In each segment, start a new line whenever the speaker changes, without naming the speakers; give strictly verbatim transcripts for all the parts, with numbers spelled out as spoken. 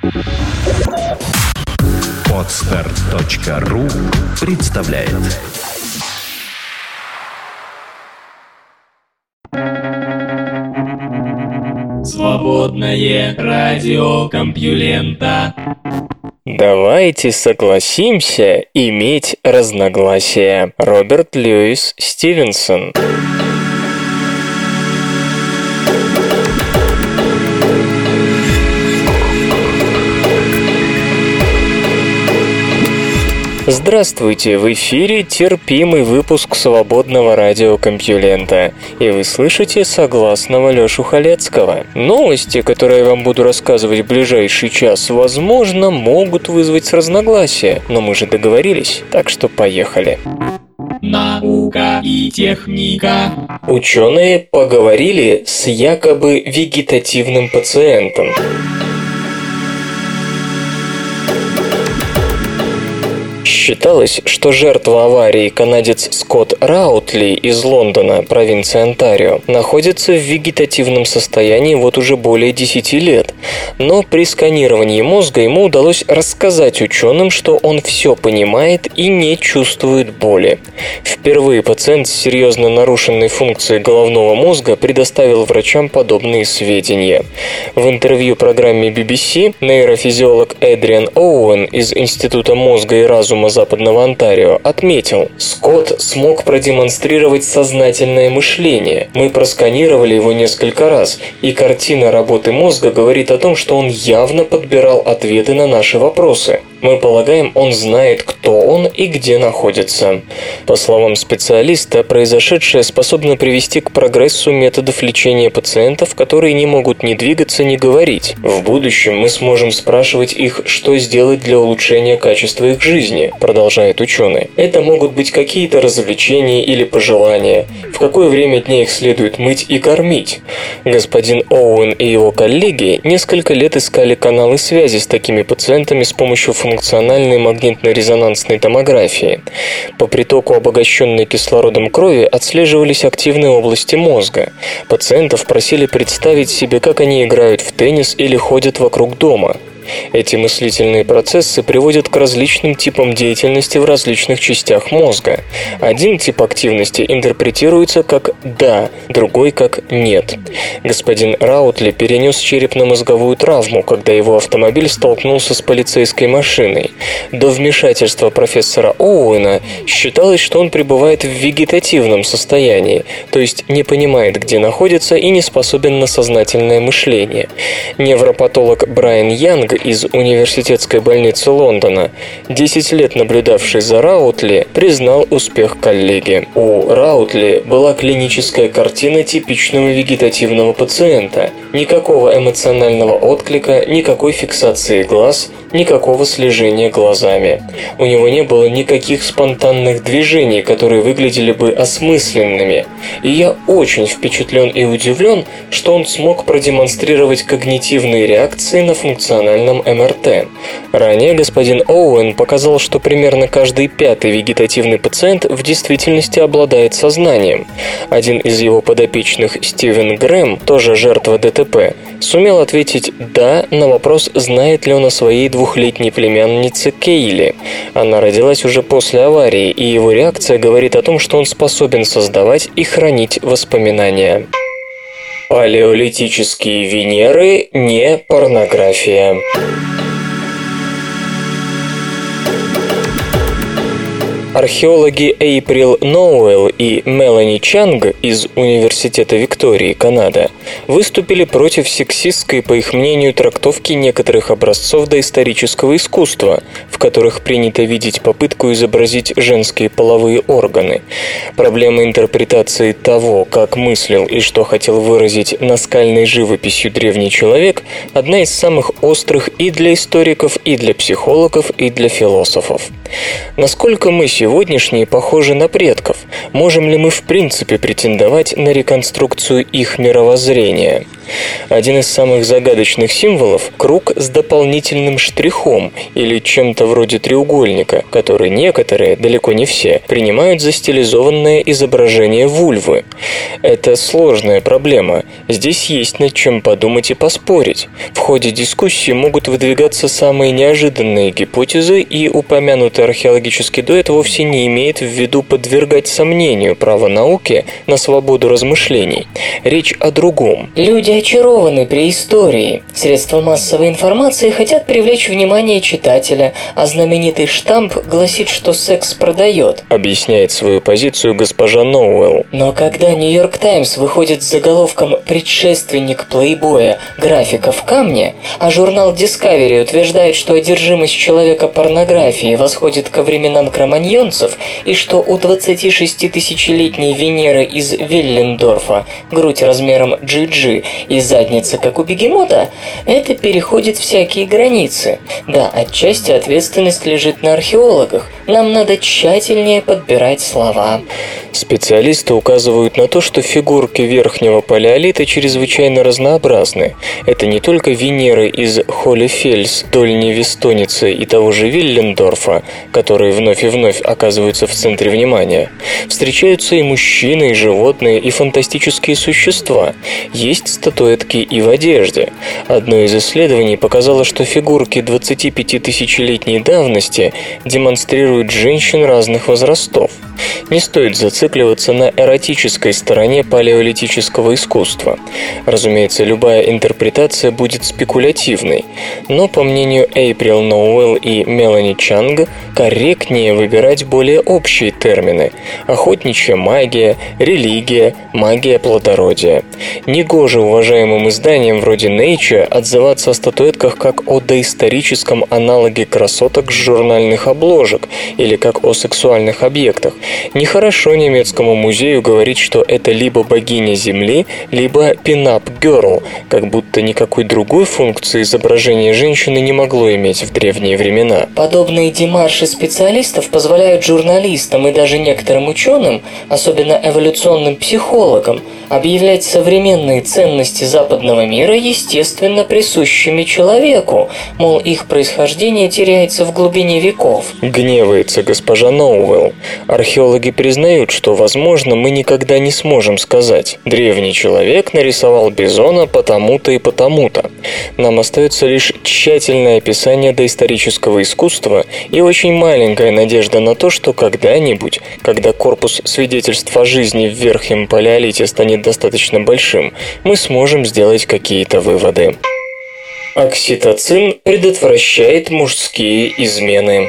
Подстер точка ру представляет.
Свободное радио Компьюлента.
Давайте согласимся иметь разногласия. Роберт Льюис Стивенсон. Здравствуйте, в эфире терпимый выпуск свободного радио Компьюлента, и вы слышите согласного Лёшу Халецкого. Новости, которые я вам буду рассказывать в ближайший час, возможно, могут вызвать разногласия, но мы же договорились, так что поехали.
Наука и техника.
Ученые поговорили с якобы вегетативным пациентом. Считалось, что жертва аварии, канадец Скотт Раутли из Лондона, провинция Онтарио, находится в вегетативном состоянии вот уже более десяти лет. Но при сканировании мозга ему удалось рассказать ученым, что он все понимает и не чувствует боли. Впервые пациент с серьезно нарушенной функцией головного мозга предоставил врачам подобные сведения. В интервью программе би би си нейрофизиолог Эдриан Оуэн из Института мозга и разума Западного Онтарио отметил: Скотт смог продемонстрировать сознательное мышление. Мы просканировали его несколько раз, и картина работы мозга говорит о том, что он явно подбирал ответы на наши вопросы. Мы полагаем, он знает, кто он и где находится. По словам специалиста, произошедшее способно привести к прогрессу методов лечения пациентов, которые не могут ни двигаться, ни говорить. В будущем мы сможем спрашивать их, что сделать для улучшения качества их жизни, продолжает ученый. Это могут быть какие-то развлечения или пожелания, в какое время дня их следует мыть и кормить. Господин Оуэн и его коллеги несколько лет искали каналы связи с такими пациентами с помощью функциональной магнитно-резонансной томографии. По притоку обогащенной кислородом крови отслеживались активные области мозга. Пациентов просили представить себе, как они играют в теннис или ходят вокруг дома. Эти мыслительные процессы приводят к различным типам деятельности в различных частях мозга. Один тип активности интерпретируется как «да», другой как «нет». Господин Раутли перенес черепно-мозговую травму, когда его автомобиль столкнулся с полицейской машиной. До вмешательства профессора Оуэна считалось, что он пребывает в вегетативном состоянии, то есть не понимает, где находится, и не способен на сознательное мышление. Невропатолог Брайан Янг из университетской больницы Лондона, десять лет наблюдавший за Раутли, признал успех коллеги. У Раутли была клиническая картина типичного вегетативного пациента. Никакого эмоционального отклика, никакой фиксации глаз, никакого слежения глазами. У него не было никаких спонтанных движений, которые выглядели бы осмысленными. И я очень впечатлен и удивлен, что он смог продемонстрировать когнитивные реакции на функциональном эм эр тэ. Ранее господин Оуэн показал, что примерно каждый пятый вегетативный пациент в действительности обладает сознанием. Один из его подопечных, Стивен Грэм, тоже жертва дэ тэ пэ, сумел ответить «да» на вопрос, знает ли он о своей двухлетней племяннице Кейли. Она родилась уже после аварии, и его реакция говорит о том, что он способен создавать и хранить воспоминания. Палеолитические Венеры не порнография. Археологи Эйприл Ноуэлл и Мелани Чанг из Университета Виктории, Канада, выступили против сексистской, по их мнению, трактовки некоторых образцов доисторического искусства, в которых принято видеть попытку изобразить женские половые органы. Проблема интерпретации того, как мыслил и что хотел выразить наскальной живописью древний человек, одна из самых острых и для историков, и для психологов, и для философов. Насколько мы сегодняшние похожи на предков? Можем ли мы в принципе претендовать на реконструкцию их мировоззрения? Один из самых загадочных символов – круг с дополнительным штрихом или чем-то вроде треугольника, который некоторые, далеко не все, принимают за стилизованное изображение вульвы. Это сложная проблема. Здесь есть над чем подумать и поспорить. В ходе дискуссии могут выдвигаться самые неожиданные гипотезы, и упомянутый археологический дуэт вовсе не имеет в виду подвергать сомнению право науки на свободу размышлений. Речь о другом.
Люди очарованы преисторией. Средства массовой информации хотят привлечь внимание читателя, а знаменитый штамп гласит, что секс продает.
Объясняет свою позицию госпожа Ноуэлл.
Но когда Нью-Йорк Таймс выходит с заголовком «Предшественник плейбоя. Графика в камне», а журнал Discovery утверждает, что одержимость человека порнографией восходит ко временам кроманьонцев и что у двадцатишеститысячелетней Венеры из Виллендорфа грудь размером джи джи и задница, как у бегемота, это переходит всякие границы. Да, отчасти ответственность лежит на археологах. Нам надо тщательнее подбирать слова.
Специалисты указывают на то, что фигурки верхнего палеолита чрезвычайно разнообразны. Это не только Венеры из Холлифельс, Дольней Вестоницы и того же Виллендорфа, которые вновь и вновь оказываются в центре внимания. Встречаются и мужчины, и животные, и фантастические существа. Есть статуэтки и в одежде. Одно из исследований показало, что фигурки двадцатипятитысячелетней давности демонстрируют женщин разных возрастов. Не стоит зацикливаться на эротической стороне палеолитического искусства. Разумеется, любая интерпретация будет спекулятивной, но, по мнению Эйприл Ноуэлл и Мелани Чанг, корректнее выбирать более общие термины – охотничья магия, религия, магия плодородия. Негоже уважаемым изданиям вроде Nature отзываться о статуэтках как о доисторическом аналоге красоток с журнальных обложек или как о сексуальных объектах. Нехорошо немецкому музею говорить, что это либо богиня Земли, либо пин-ап-герл, как будто никакой другой функции изображения женщины не могло иметь в древние времена.
Подобные демарши специалистов позволяют журналистам и даже некоторым ученым, особенно эволюционным психологам, объявлять современные ценности западного мира естественно присущими человеку, мол, их происхождение теряется в глубине веков.
Гневается госпожа Ноуэлл. Археологи признают, что, возможно, мы никогда не сможем сказать: древний человек нарисовал бизона потому-то и потому-то. Нам остается лишь тщательное описание доисторического искусства и очень маленькая надежда на то, что когда-нибудь, когда корпус свидетельств о жизни в Верхнем Палеолите станет достаточно большим, мы сможем сделать какие-то выводы. Окситоцин предотвращает мужские измены.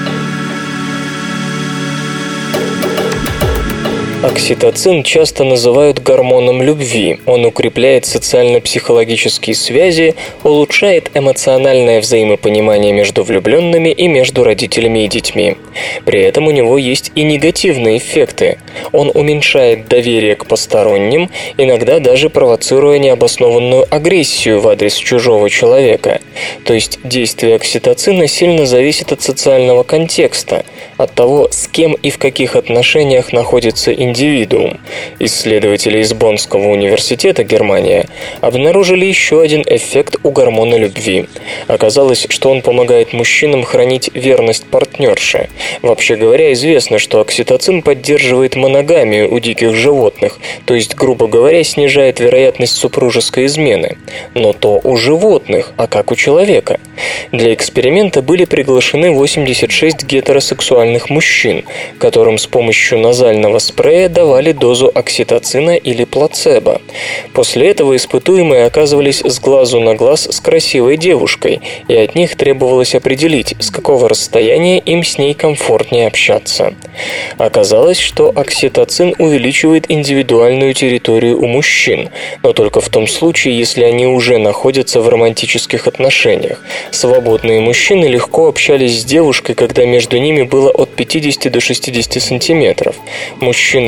Окситоцин часто называют гормоном любви. Он укрепляет социально-психологические связи, улучшает эмоциональное взаимопонимание между влюбленными и между родителями и детьми. При этом у него есть и негативные эффекты. Он уменьшает доверие к посторонним, иногда даже провоцируя необоснованную агрессию в адрес чужого человека. То есть действие окситоцина сильно зависит от социального контекста, от того, с кем и в каких отношениях находится индивид. Индивидуум. Исследователи из Боннского университета, Германия, обнаружили еще один эффект у гормона любви. Оказалось, что он помогает мужчинам хранить верность партнерше. Вообще говоря, известно, что окситоцин поддерживает моногамию у диких животных, то есть, грубо говоря, снижает вероятность супружеской измены. Но то у животных, а как у человека? Для эксперимента были приглашены восемьдесят шесть гетеросексуальных мужчин, которым с помощью назального спрея давали дозу окситоцина или плацебо. После этого испытуемые оказывались с глазу на глаз с красивой девушкой, и от них требовалось определить, с какого расстояния им с ней комфортнее общаться. Оказалось, что окситоцин увеличивает индивидуальную территорию у мужчин, но только в том случае, если они уже находятся в романтических отношениях. Свободные мужчины легко общались с девушкой, когда между ними было от пятидесяти до шестидесяти сантиметров. Мужчины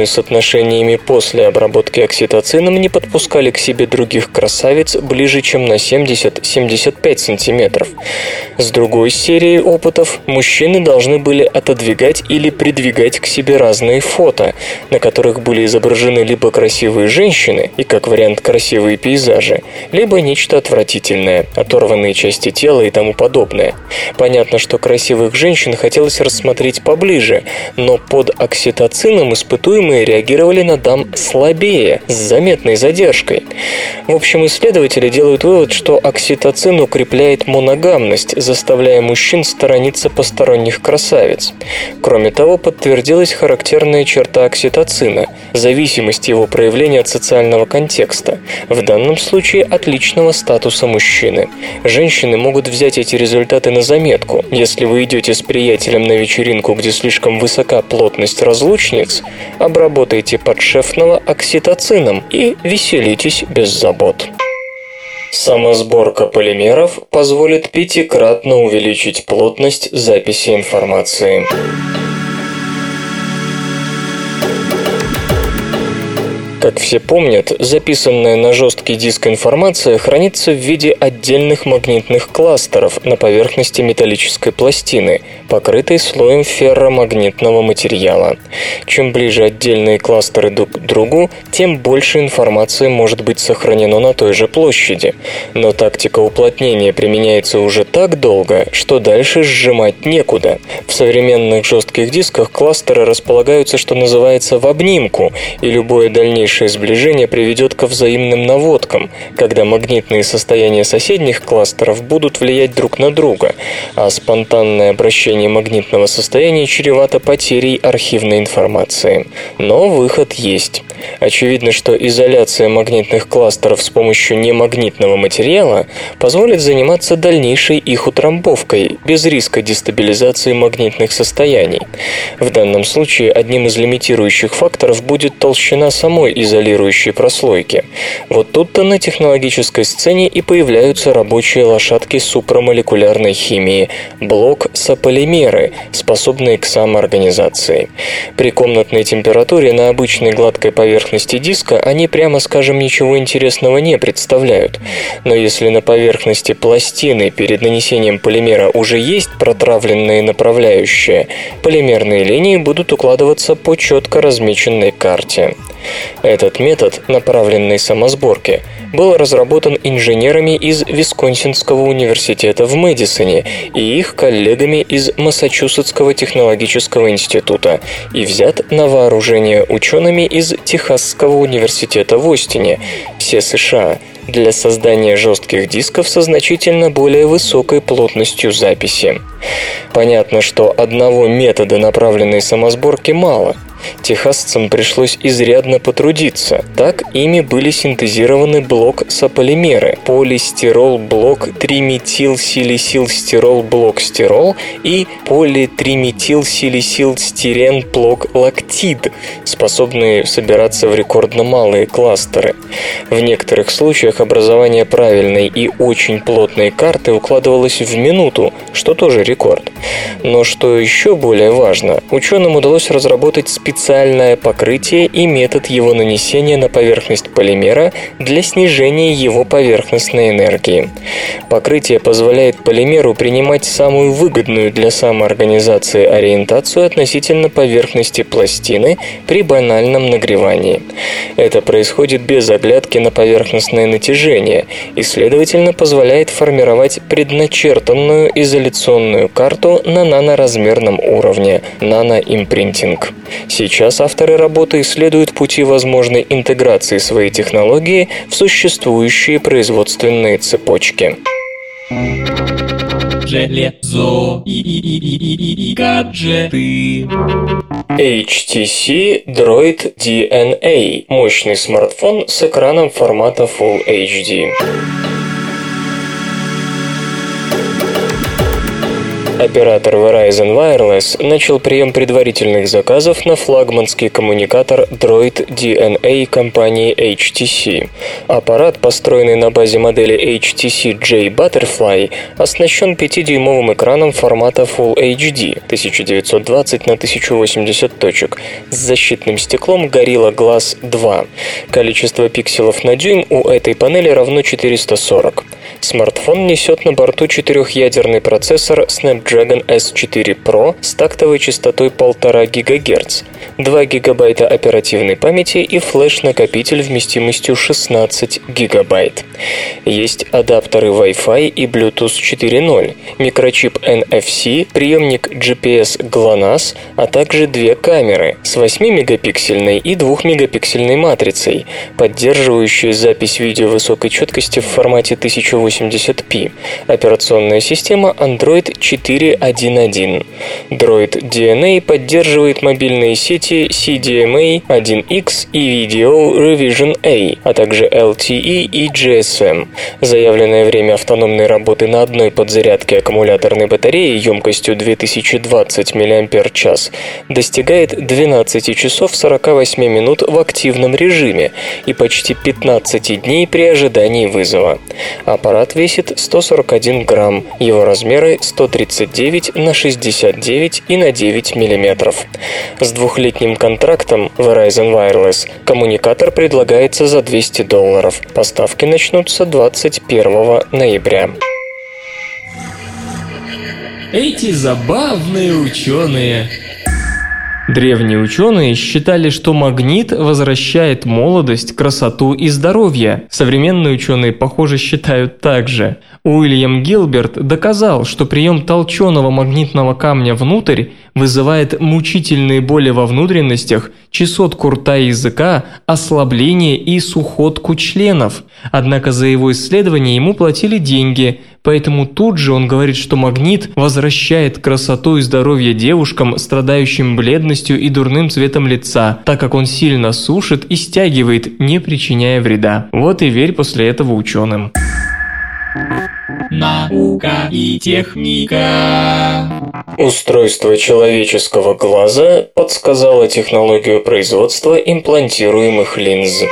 мужчины с отношениями после обработки окситоцином не подпускали к себе других красавиц ближе, чем на семьдесят-семьдесят пять сантиметров. С другой серии опытов мужчины должны были отодвигать или придвигать к себе разные фото, на которых были изображены либо красивые женщины и, как вариант, красивые пейзажи, либо нечто отвратительное, оторванные части тела и тому подобное. Понятно, что красивых женщин хотелось рассмотреть поближе, но под окситоцином испытуемые реагировали на дам слабее, с заметной задержкой. В общем, исследователи делают вывод, что окситоцин укрепляет моногамность, заставляя мужчин сторониться посторонних красавиц. Кроме того, подтвердилась характерная черта окситоцина – зависимость его проявления от социального контекста, в данном случае от личного статуса мужчины. Женщины могут взять эти результаты на заметку. Если вы идете с приятелем на вечеринку, где слишком высока плотность разлучниц, обработайте подшефного окситоцином и веселитесь без забот. Самосборка полимеров позволит пятикратно увеличить плотность записи информации. Как все помнят, записанная на жесткий диск информация хранится в виде отдельных магнитных кластеров на поверхности металлической пластины, покрытой слоем ферромагнитного материала. Чем ближе отдельные кластеры друг к другу, тем больше информации может быть сохранено на той же площади. Но тактика уплотнения применяется уже так долго, что дальше сжимать некуда. В современных жестких дисках кластеры располагаются, что называется, в обнимку, и любое дальнейшее сближение приведет ко взаимным наводкам, когда магнитные состояния соседних кластеров будут влиять друг на друга, а спонтанное обращение магнитного состояния чревато потерей архивной информации. Но выход есть. Очевидно, что изоляция магнитных кластеров с помощью немагнитного материала позволит заниматься дальнейшей их утрамбовкой, без риска дестабилизации магнитных состояний. В данном случае одним из лимитирующих факторов будет толщина самой изолирующей прослойки. Вот тут-то на технологической сцене и появляются рабочие лошадки супрамолекулярной химии – блок-сополимеры, способные к самоорганизации. При комнатной температуре на обычной гладкой поверхности диска они, прямо скажем, ничего интересного не представляют. Но если на поверхности пластины перед нанесением полимера уже есть протравленные направляющие, полимерные линии будут укладываться по четко размеченной карте. Этот метод направленной самосборки был разработан инженерами из Висконсинского университета в Мэдисоне и их коллегами из Массачусетского технологического института и взят на вооружение учеными из Техасского университета в Остине, все США, для создания жестких дисков со значительно более высокой плотностью записи. Понятно, что одного метода направленной самосборки мало. Техасцам пришлось изрядно потрудиться. Так ими были синтезированы блок-сополимеры – полистирол-блок-триметилсилисилстирол-блок-стирол и политриметилсилисилстирен-блок-лактид, способные собираться в рекордно малые кластеры. В некоторых случаях образование правильной и очень плотной карты укладывалось в минуту, что тоже рекорд. Но что еще более важно, ученым удалось разработать специальные специальное покрытие и метод его нанесения на поверхность полимера для снижения его поверхностной энергии. Покрытие позволяет полимеру принимать самую выгодную для самоорганизации ориентацию относительно поверхности пластины при банальном нагревании. Это происходит без оглядки на поверхностное натяжение и, следовательно, позволяет формировать предначертанную изоляционную карту на наноразмерном уровне – наноимпринтинг. Сейчас авторы работы исследуют пути возможной интеграции своей технологии в существующие производственные цепочки.
Железо и, и, и, и, и гаджеты.
эйч ти си Droid ди эн эй – мощный смартфон с экраном формата Full эйч ди. Оператор Verizon Wireless начал прием предварительных заказов на флагманский коммуникатор Droid ди эн эй компании эйч ти си. Аппарат, построенный на базе модели эйч ти си J Butterfly, оснащен пятидюймовым экраном формата Full эйч ди тысяча девятьсот двадцать на тысяча восемьдесят точек с защитным стеклом Gorilla Glass два. Количество пикселов на дюйм у этой панели равно четыреста сорок. Смартфон несет на борту четырехъядерный процессор Snapdragon эс четыре Pro с тактовой частотой полтора гигагерц, два гигабайта оперативной памяти и флеш-накопитель вместимостью шестнадцать гигабайт. Есть адаптеры Wi-Fi и Bluetooth четыре ноль, микрочип эн эф си, приемник джи пи эс GLONASS, а также две камеры с восьмимегапиксельной и двухмегапиксельной матрицей, поддерживающие запись видео высокой четкости в формате тысяча восемьдесят пи. Операционная система Android четыре точка один точка один. Droid ди эн эй поддерживает мобильные сети си ди эм эй один икс и Video Revision A, а также эл ти и и джи эс эм. Заявленное время автономной работы на одной подзарядке аккумуляторной батареи емкостью две тысячи двадцать мАч достигает двенадцать часов сорок восемь минут в активном режиме и почти пятнадцать дней при ожидании вызова. Аппарат весит сто сорок один грамм, его размеры сто тридцать девять на шестьдесят девять и на девять миллиметров. С двухлетним контрактом Verizon Wireless коммуникатор предлагается за двести долларов. Поставки начнутся двадцать первого ноября.
Эти забавные ученые.
Древние ученые считали, что магнит возвращает молодость, красоту и здоровье. Современные ученые, похоже, считают так же. Уильям Гилберт доказал, что прием толченого магнитного камня внутрь вызывает мучительные боли во внутренностях, чесотку рта и языка, ослабление и сухотку членов. Однако за его исследование ему платили деньги, поэтому тут же он говорит, что магнит возвращает красоту и здоровье девушкам, страдающим бледностью и дурным цветом лица, так как он сильно сушит и стягивает, не причиняя вреда. Вот и верь после этого ученым.
Наука и техника.
Устройство человеческого глаза подсказало технологию производства имплантируемых линз.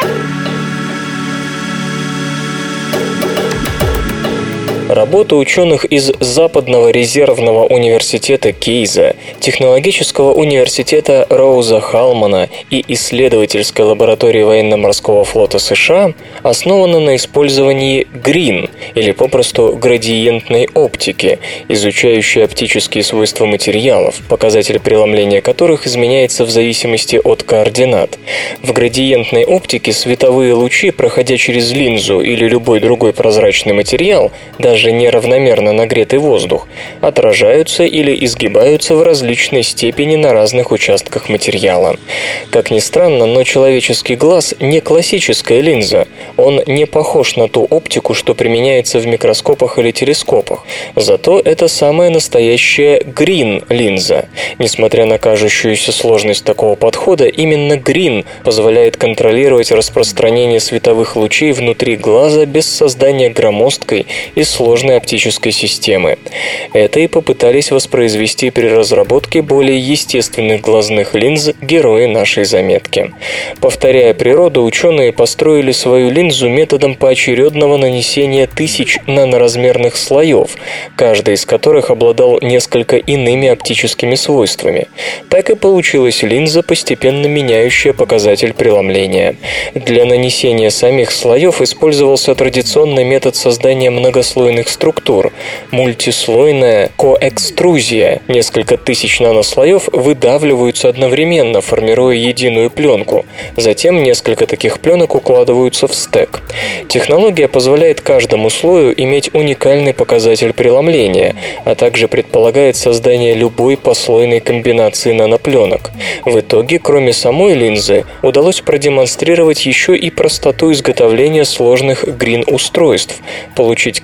Работа ученых из Западного резервного университета Кейза, Технологического университета Роуза Халмана и исследовательской лаборатории военно-морского флота США основана на использовании ГРИН, или попросту градиентной оптики, изучающей оптические свойства материалов, показатель преломления которых изменяется в зависимости от координат. В градиентной оптике световые лучи, проходя через линзу или любой другой прозрачный материал, даже неравномерно нагретый воздух, отражаются или изгибаются в различной степени на разных участках материала. Как ни странно, но человеческий глаз не классическая линза. Он не похож на ту оптику, что применяется в микроскопах или телескопах. Зато это самая настоящая грин-линза. Несмотря на кажущуюся сложность такого подхода, именно грин позволяет контролировать распространение световых лучей внутри глаза без создания громоздкой и сложной оптической системы. Это и попытались воспроизвести при разработке более естественных глазных линз герои нашей заметки. Повторяя природу, ученые построили свою линзу методом поочередного нанесения тысяч наноразмерных слоев, каждый из которых обладал несколько иными оптическими свойствами. Так и получилась линза, постепенно меняющая показатель преломления. Для нанесения самих слоев использовался традиционный метод создания многослойных структур – мультислойная коэкструзия. Несколько тысяч нанослоев выдавливаются одновременно, формируя единую пленку. Затем несколько таких пленок укладываются в стек. Технология позволяет каждому слою иметь уникальный показатель преломления, а также предполагает создание любой послойной комбинации нанопленок. В итоге, кроме самой линзы, удалось продемонстрировать еще и простоту изготовления сложных грин-устройств, получить которые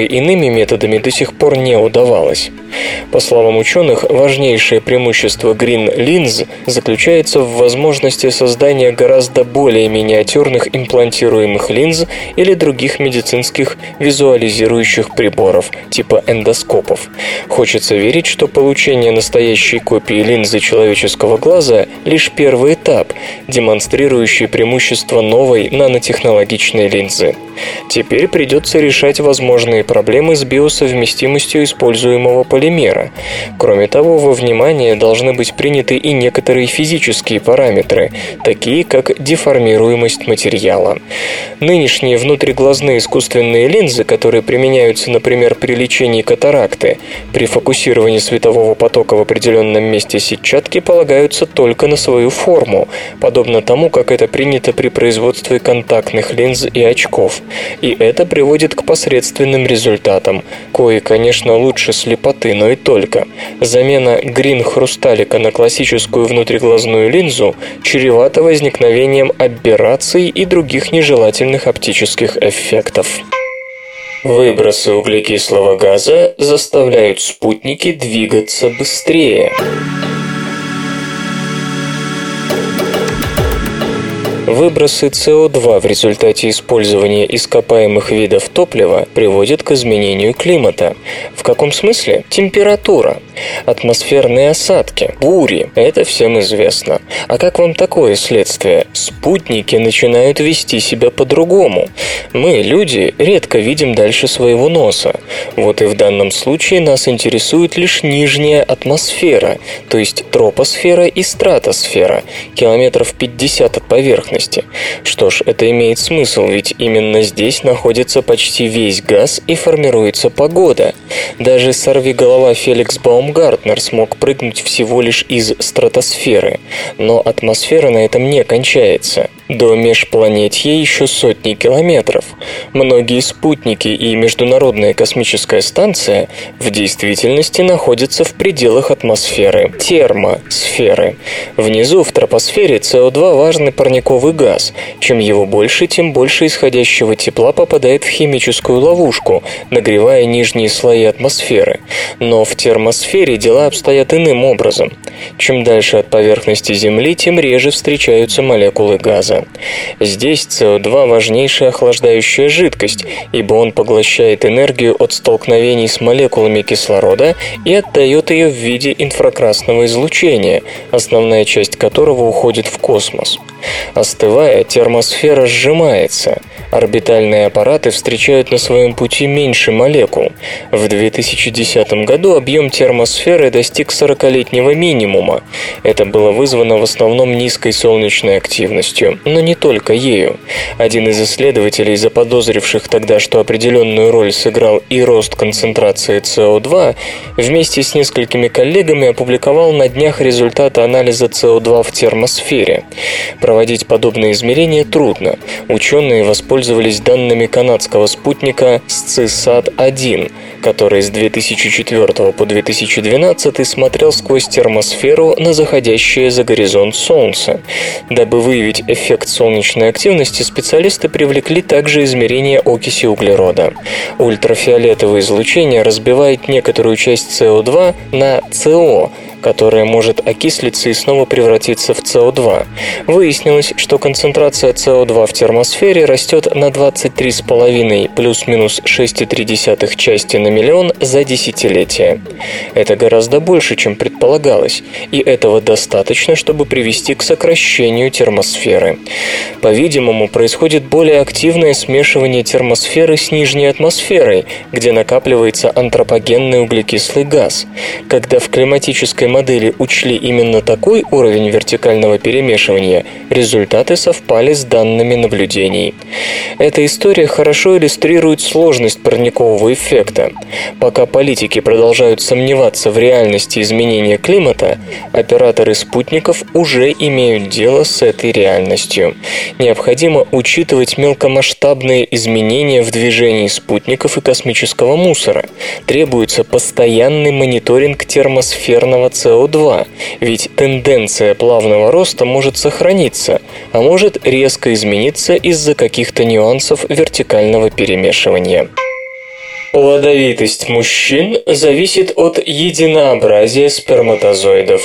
иными методами до сих пор не удавалось. По словам ученых, важнейшее преимущество Green Lens заключается в возможности создания гораздо более миниатюрных имплантируемых линз или других медицинских визуализирующих приборов, типа эндоскопов. Хочется верить, что получение настоящей копии линзы человеческого глаза – лишь первый этап, демонстрирующий преимущество новой нанотехнологичной линзы. Теперь придется решать возможные проблемы с биосовместимостью используемого полимера. Кроме того, во внимание должны быть приняты и некоторые физические параметры, такие как деформируемость материала. Нынешние внутриглазные искусственные линзы, которые применяются, например, при лечении катаракты, при фокусировании светового потока в определенном месте сетчатки полагаются только на свою форму, подобно тому, как это принято при производстве контактных линз и очков. И это приводит к посредственным результатам, кои, конечно, лучше слепоты, но и только. Замена грин-хрусталика на классическую внутриглазную линзу чревата возникновением аберраций и других нежелательных оптических эффектов. Выбросы углекислого газа заставляют спутники двигаться быстрее. Выбросы С О два в результате использования ископаемых видов топлива приводят к изменению климата. В каком смысле? Температура, атмосферные осадки, бури – это всем известно. А как вам такое следствие? Спутники начинают вести себя по-другому. Мы, люди, редко видим дальше своего носа. Вот и в данном случае нас интересует лишь нижняя атмосфера, то есть тропосфера и стратосфера, километров пятьдесят от поверхности. Что ж, это имеет смысл, ведь именно здесь находится почти весь газ и формируется погода. Даже сорвиголова Феликс Баумгартнер смог прыгнуть всего лишь из стратосферы. Но атмосфера на этом не кончается. До межпланетья еще сотни километров. Многие спутники и Международная космическая станция в действительности находятся в пределах атмосферы, термосферы. Внизу, в тропосфере, С О два важный парниковый газ. Чем его больше, тем больше исходящего тепла попадает в химическую ловушку, нагревая нижние слои атмосферы. Но в термосфере дела обстоят иным образом. Чем дальше от поверхности Земли, тем реже встречаются молекулы газа. Здесь С О два важнейшая охлаждающая жидкость, ибо он поглощает энергию от столкновений с молекулами кислорода и отдает ее в виде инфракрасного излучения, основная часть которого уходит в космос. Остывая, термосфера сжимается. Орбитальные аппараты встречают на своем пути меньше молекул. В две тысячи десятом году объем термосферы достиг сорокалетнего минимума. Это было вызвано в основном низкой солнечной активностью, но не только ею. Один из исследователей, заподозривших тогда, что определенную роль сыграл и рост концентрации С О два, вместе с несколькими коллегами опубликовал на днях результаты анализа С О два в термосфере. Проводить подобные измерения трудно. Ученые воспользовались данными канадского спутника Сцисат один, который с две тысячи четвёртого по две тысячи двенадцатый смотрел сквозь термосферу на заходящее за горизонт Солнце. Дабы выявить эффект солнечной активности, специалисты привлекли также измерения окиси углерода. Ультрафиолетовое излучение разбивает некоторую часть С О два на СО, которая может окислиться и снова превратиться в С О два. Выяснилось, что концентрация С О два в термосфере растет на двадцать три целых пять десятых плюс-минус шесть целых три десятых части на миллион за десятилетие. Это гораздо больше, чем предполагалось, и этого достаточно, чтобы привести к сокращению термосферы. По-видимому, происходит более активное смешивание термосферы с нижней атмосферой, где накапливается антропогенный углекислый газ. Когда в климатической модели учли именно такой уровень вертикального перемешивания, результаты совпали с данными наблюдений. Эта история хорошо иллюстрирует сложность парникового эффекта. Пока политики продолжают сомневаться в реальности изменения климата, операторы спутников уже имеют дело с этой реальностью. Необходимо учитывать мелкомасштабные изменения в движении спутников и космического мусора. Требуется постоянный мониторинг термосферного С О два, ведь тенденция плавного роста может сохраниться, а может резко измениться из-за каких-то нюансов вертикального перемешивания. Плодовитость мужчин зависит от единообразия сперматозоидов.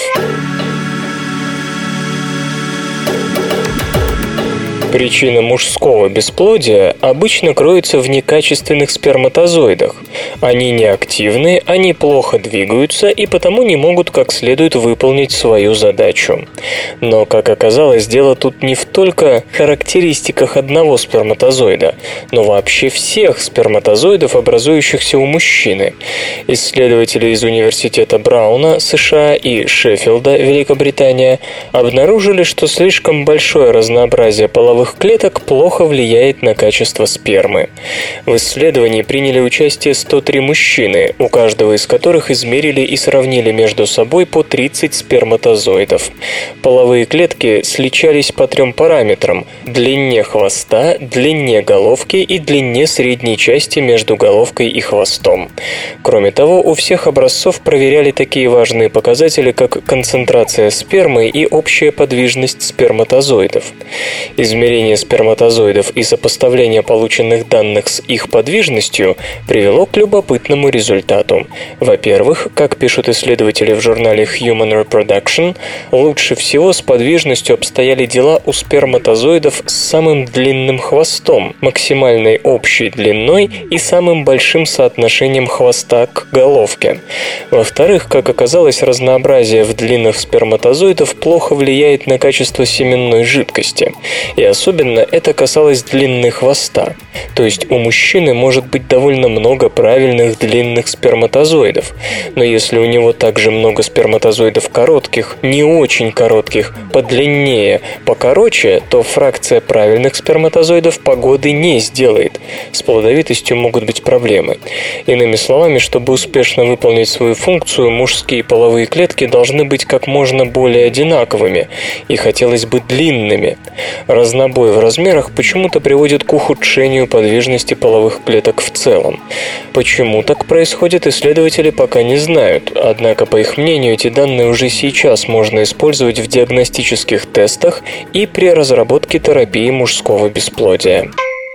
Причина мужского бесплодия обычно кроется в некачественных сперматозоидах. Они неактивны, они плохо двигаются и потому не могут как следует выполнить свою задачу. Но, как оказалось, дело тут не в только характеристиках одного сперматозоида, но вообще всех сперматозоидов, образующихся у мужчины. Исследователи из Университета Брауна, США и Шеффилда, Великобритания, обнаружили, что слишком большое разнообразие половых клеток плохо влияет на качество спермы. В исследовании приняли участие сто три мужчины, у каждого из которых измерили и сравнили между собой по тридцать сперматозоидов. Половые клетки сличались по трем параметрам – длине хвоста, длине головки и длине средней части между головкой и хвостом. Кроме того, у всех образцов проверяли такие важные показатели, как концентрация спермы и общая подвижность сперматозоидов. Измерение сперматозоидов и сопоставление полученных данных с их подвижностью привело к любопытному результату. Во-первых, как пишут исследователи в журнале Human Reproduction, лучше всего с подвижностью обстояли дела у сперматозоидов с самым длинным хвостом, максимальной общей длиной и самым большим соотношением хвоста к головке. Во-вторых, как оказалось, разнообразие в длинах сперматозоидов плохо влияет на качество семенной жидкости. И особенно Особенно это касалось длины хвоста. То есть у мужчины может быть довольно много правильных длинных сперматозоидов. Но если у него также много сперматозоидов коротких, не очень коротких, подлиннее, покороче, то фракция правильных сперматозоидов погоды не сделает. С плодовитостью могут быть проблемы. Иными словами, чтобы успешно выполнить свою функцию, мужские половые клетки должны быть как можно более одинаковыми и хотелось бы длинными. Разнобой в размерах почему-то приводит к ухудшению подвижности половых клеток в целом. Почему так происходит, исследователи пока не знают, однако, по их мнению, эти данные уже сейчас можно использовать в диагностических тестах и при разработке терапии мужского бесплодия.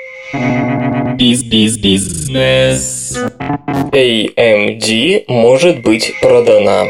Биз-биз-бизнес.
эй эм ди может быть продана.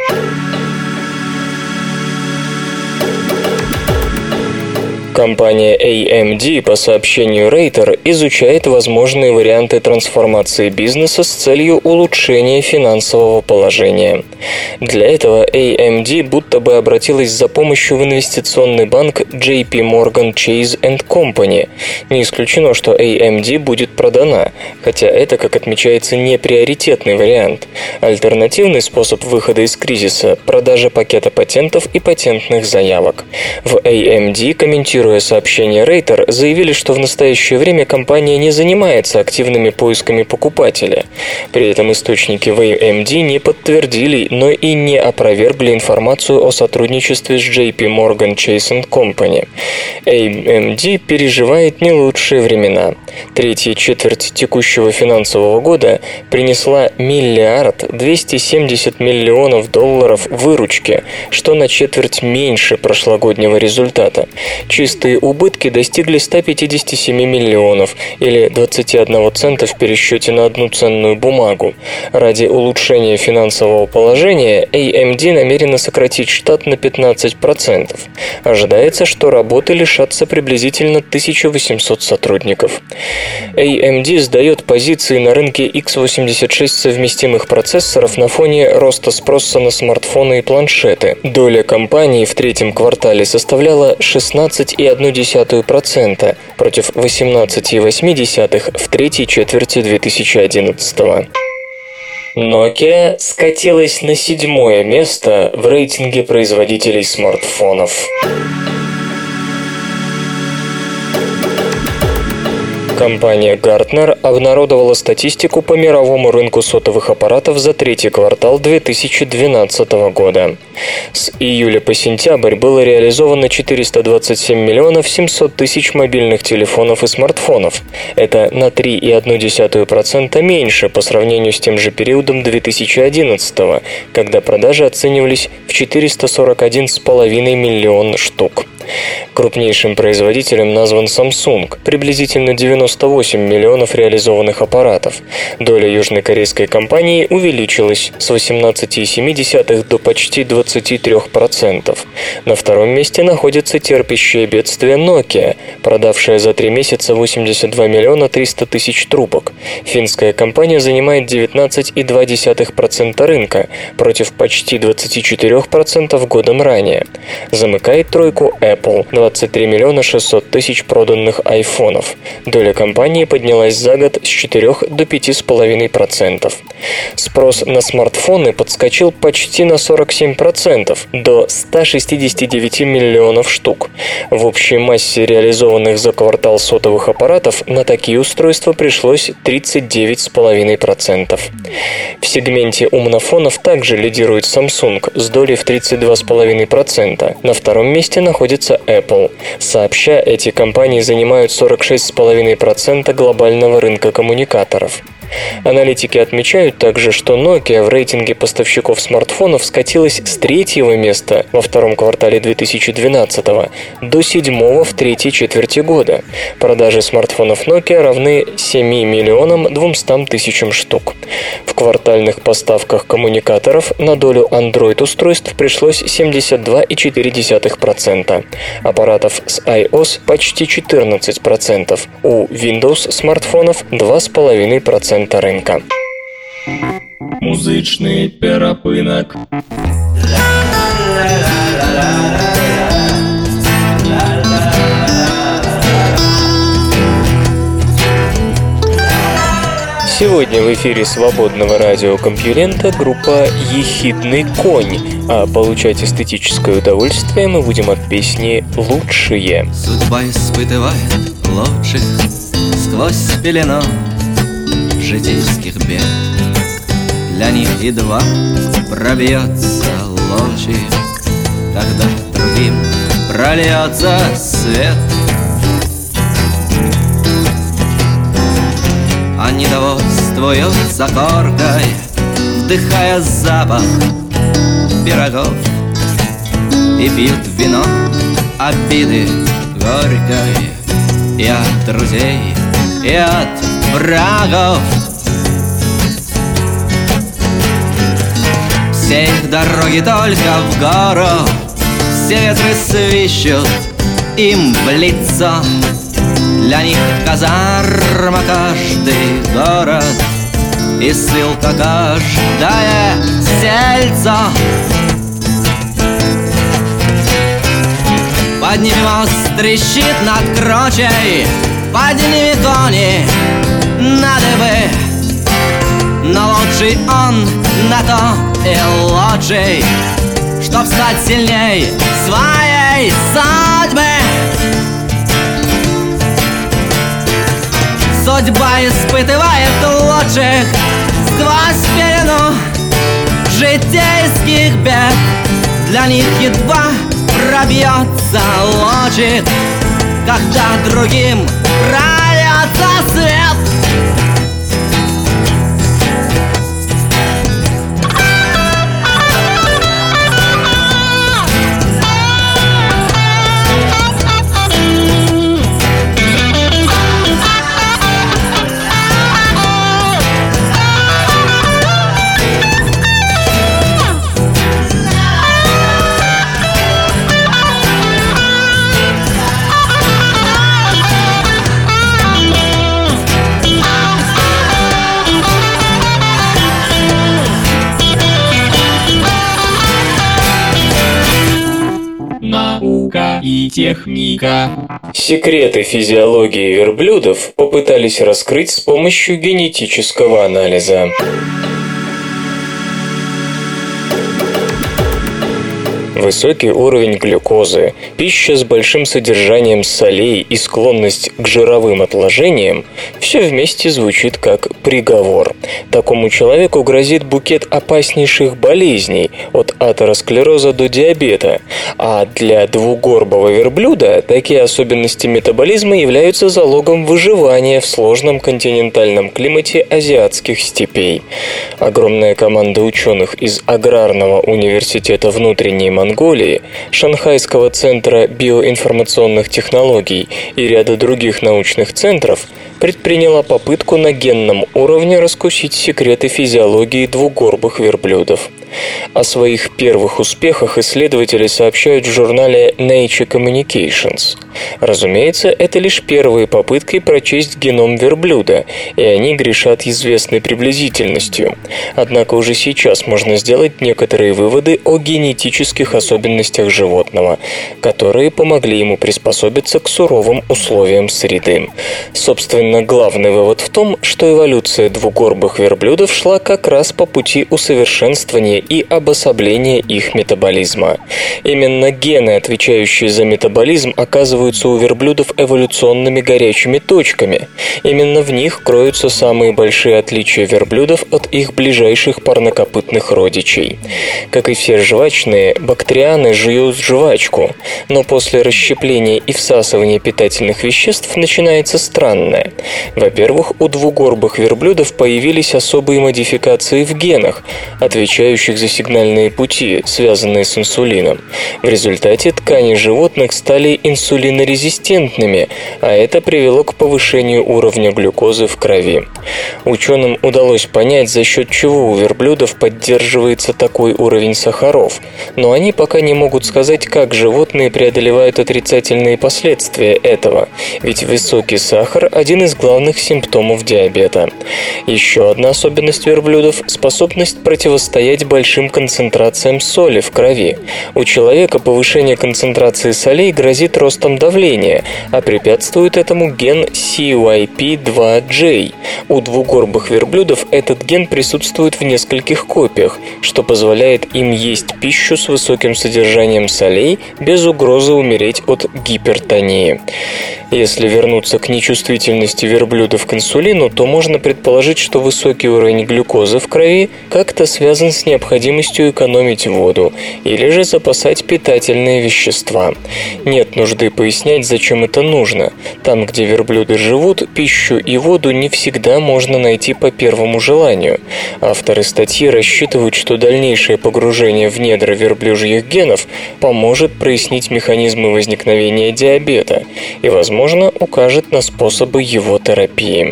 Компания эй эм ди, по сообщению Рейтер, изучает возможные варианты трансформации бизнеса с целью улучшения финансового положения. Для этого эй эм ди будто бы обратилась за помощью в инвестиционный банк джей пи Morgan Chase энд Company. Не исключено, что эй эм ди будет продана, хотя это, как отмечается, не приоритетный вариант. Альтернативный способ выхода из кризиса – продажа пакета патентов и патентных заявок. В эй эм ди, комментируя сообщение Рейтер, заявили, что в настоящее время компания не занимается активными поисками покупателя. При этом источники в эй эм ди не подтвердили, но и не опровергли информацию о сотрудничестве с джей пи Morgan Chase энд Company. эй эм ди переживает не лучшие времена. Третья четверть текущего финансового года принесла миллиард двести семьдесят миллионов долларов выручки, что на четверть меньше прошлогоднего результата. Чистые убытки достигли ста пятидесяти семи миллионов, или двадцати одного цента в пересчете на одну ценную бумагу. Ради улучшения финансового положения эй эм ди намерена сократить штат на пятнадцать процентов. Ожидается, что работы лишатся приблизительно тысяча восемьсот сотрудников. эй эм ди сдает позиции на рынке икс восемьдесят шесть совместимых процессоров на фоне роста спроса на смартфоны и планшеты. Доля компании в третьем квартале составляла шестнадцать целых одну десятую процента против восемнадцать целых восемь десятых в третьей четверти две тысячи одиннадцатого. Nokia скатилась на седьмое место в рейтинге производителей смартфонов. Компания Gartner обнародовала статистику по мировому рынку сотовых аппаратов за третий квартал две тысячи двенадцатого года. С июля по сентябрь было реализовано четыреста двадцать семь миллионов семьсот тысяч мобильных телефонов и смартфонов. Это на три целых одну десятую процента меньше по сравнению с тем же периодом две тысячи одиннадцатого, когда продажи оценивались в четыреста сорок один целых пять миллиона штук. Крупнейшим производителем назван Samsung, приблизительно девяносто девяносто восемь миллионов реализованных аппаратов. Доля южнокорейской компании увеличилась с восемнадцати целых семи десятых до почти двадцати трёх процентов. На втором месте находится терпящее бедствие Nokia, продавшая за три месяца восемьдесят два миллиона триста тысяч трубок. Финская компания занимает девятнадцать целых две десятых процента рынка против почти двадцати четырёх процентов годом ранее. Замыкает тройку Apple – двадцать три миллиона шестьсот тысяч проданных айфонов. Доля компании поднялась за год с четырёх до пяти целых пяти десятых процента. Спрос на смартфоны подскочил почти на сорок семь процентов до ста шестидесяти девяти миллионов штук. В общей массе реализованных за квартал сотовых аппаратов на такие устройства пришлось тридцать девять целых пять десятых процента. В сегменте умнофонов также лидирует Samsung с долей в тридцать два целых пять десятых процента. На втором месте находится Apple. Сообща, эти компании занимают сорок шесть целых пять десятых процента глобального рынка коммуникаторов. Аналитики отмечают также, что Nokia в рейтинге поставщиков смартфонов скатилась с третьего места во втором квартале две тысячи двенадцатого до седьмого в третьей четверти года. Продажи смартфонов Nokia равны семи миллионам двумстам тысячам штук. В квартальных поставках коммуникаторов на долю Android-устройств пришлось семьдесят два целых четыре десятых процента. Аппаратов с iOS почти четырнадцать процентов. У Windows смартфонов два целых пять десятых процента рынка.
Музычный перапынок.
Сегодня в эфире свободного радиокомпьюлента группа «Ехидный конь», а получать эстетическое удовольствие мы будем от песни «Лучшие».
Судьба испытывает лучших сквозь пелену житейских бед. Для них едва пробьется лучик, когда другим прольется свет. Они довольствуются коркой, вдыхая запах пирогов, и пьют вино обиды горькой и от друзей, и от врагов. Все их дороги только в гору, все ветры свищут им в лицо. Для них казарма каждый город и ссылка каждое сельцо. Под ними мост трещит над кручей, под ними кони на дыбы. Но лучший он на то и лучший, чтоб стать сильней своей судьбы. Судьба испытывает лучших сквозь пелену житейских бед. Для них едва пробьется лучик, когда другим прольется свет.
Наука и техника.
Секреты физиологии верблюдов попытались раскрыть с помощью генетического анализа. Высокий уровень глюкозы, пища с большим содержанием солей и склонность к жировым отложениям – все вместе звучит как приговор. Такому человеку грозит букет опаснейших болезней – от атеросклероза до диабета. А для двугорбого верблюда такие особенности метаболизма являются залогом выживания в сложном континентальном климате азиатских степей. Огромная команда ученых из Аграрного университета внутренней Монголии Монголии, Шанхайского центра биоинформационных технологий и ряда других научных центров, предприняла попытку на генном уровне раскусить секреты физиологии двугорбых верблюдов. О своих первых успехах исследователи сообщают в журнале Nature Communications. Разумеется, это лишь первые попытки прочесть геном верблюда, и они грешат известной приблизительностью. Однако уже сейчас можно сделать некоторые выводы о генетических особенностях животного, которые помогли ему приспособиться к суровым условиям среды. Собственно, главный вывод в том, что эволюция двугорбых верблюдов шла как раз по пути усовершенствования и обособления их метаболизма. Именно гены, отвечающие за метаболизм, оказываются у верблюдов эволюционными горячими точками. Именно в них кроются самые большие отличия верблюдов от их ближайших парнокопытных родичей. Как и все жвачные, бактрианы жуют жвачку, но после расщепления и всасывания питательных веществ начинается странное. Во-первых, у двугорбых верблюдов появились особые модификации в генах, отвечающих за сигнальные пути, связанные с инсулином. В результате ткани животных стали инсулинорезистентными, а это привело к повышению уровня глюкозы в крови. Ученым удалось понять, за счет чего у верблюдов поддерживается такой уровень сахаров, но они пока не могут сказать, как животные преодолевают отрицательные последствия этого, ведь высокий сахар – один из главных симптомов диабета. Еще одна особенность верблюдов – способность противостоять большим концентрациям соли в крови. У человека повышение концентрации солей грозит ростом давления, а препятствует этому ген си уай пи два джей. У двугорбых верблюдов этот ген присутствует в нескольких копиях, что позволяет им есть пищу с высоким содержанием солей без угрозы умереть от гипертонии. Если вернуться к нечувствительности верблюдов к инсулину, то можно предположить, что высокий уровень глюкозы в крови как-то связан с необходимостью экономить воду или же запасать питательные вещества. Нет нужды пояснять, зачем это нужно. Там, где верблюды живут, пищу и воду не всегда можно найти по первому желанию. Авторы статьи рассчитывают, что дальнейшее погружение в недра верблюжьих генов поможет прояснить механизмы возникновения диабета и, возможно, укажет на способы его терапии.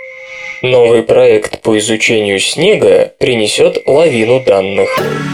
Новый проект по изучению снега принесет лавину данных.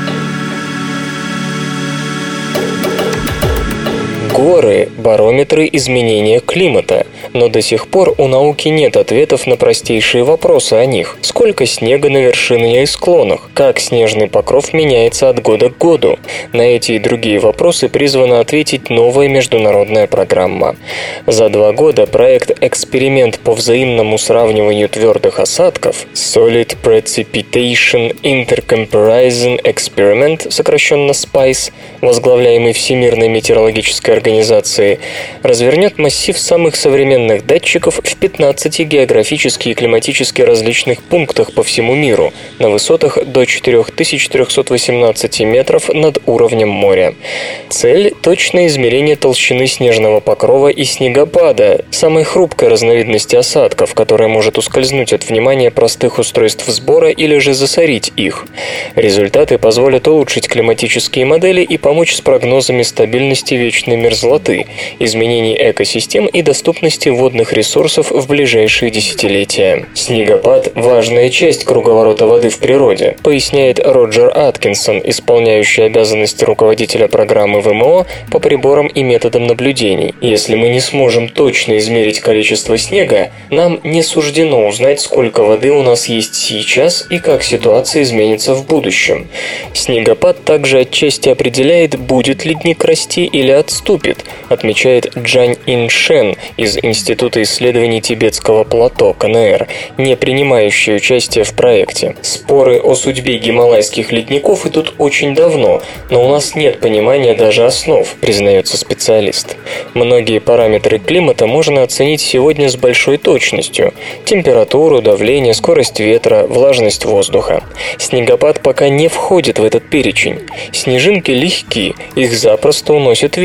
Горы – барометры изменения климата, но до сих пор у науки нет ответов на простейшие вопросы о них. Сколько снега на вершинах и склонах? Как снежный покров меняется от года к году? На эти и другие вопросы призвана ответить новая международная программа. За два года проект «Эксперимент по взаимному сравниванию твердых осадков» Solid Precipitation Intercomparison Experiment, сокращенно спайс, возглавляемый Всемирной метеорологической организацией, организации, развернет массив самых современных датчиков в пятнадцати географически и климатически различных пунктах по всему миру на высотах до четыре тысячи триста восемнадцать метров над уровнем моря. Цель – точное измерение толщины снежного покрова и снегопада, самой хрупкой разновидности осадков, которая может ускользнуть от внимания простых устройств сбора или же засорить их. Результаты позволят улучшить климатические модели и помочь с прогнозами стабильности вечной мерзлоты, изменений экосистем и доступности водных ресурсов в ближайшие десятилетия. Снегопад – важная часть круговорота воды в природе, поясняет Роджер Аткинсон, исполняющий обязанности руководителя программы вэ эм о по приборам и методам наблюдений. Если мы не сможем точно измерить количество снега, нам не суждено узнать, сколько воды у нас есть сейчас и как ситуация изменится в будущем. Снегопад также отчасти определяет, будет ледник расти или отступит, отмечает Джань Иншен из Института исследований Тибетского плато ка эн эр, не принимающий участие в проекте. Споры о судьбе гималайских ледников идут очень давно, но у нас нет понимания даже основ, признается специалист. Многие параметры климата можно оценить сегодня с большой точностью: температуру, давление, скорость ветра, влажность воздуха. Снегопад пока не входит в этот перечень. Снежинки легки, их запросто уносит ветер,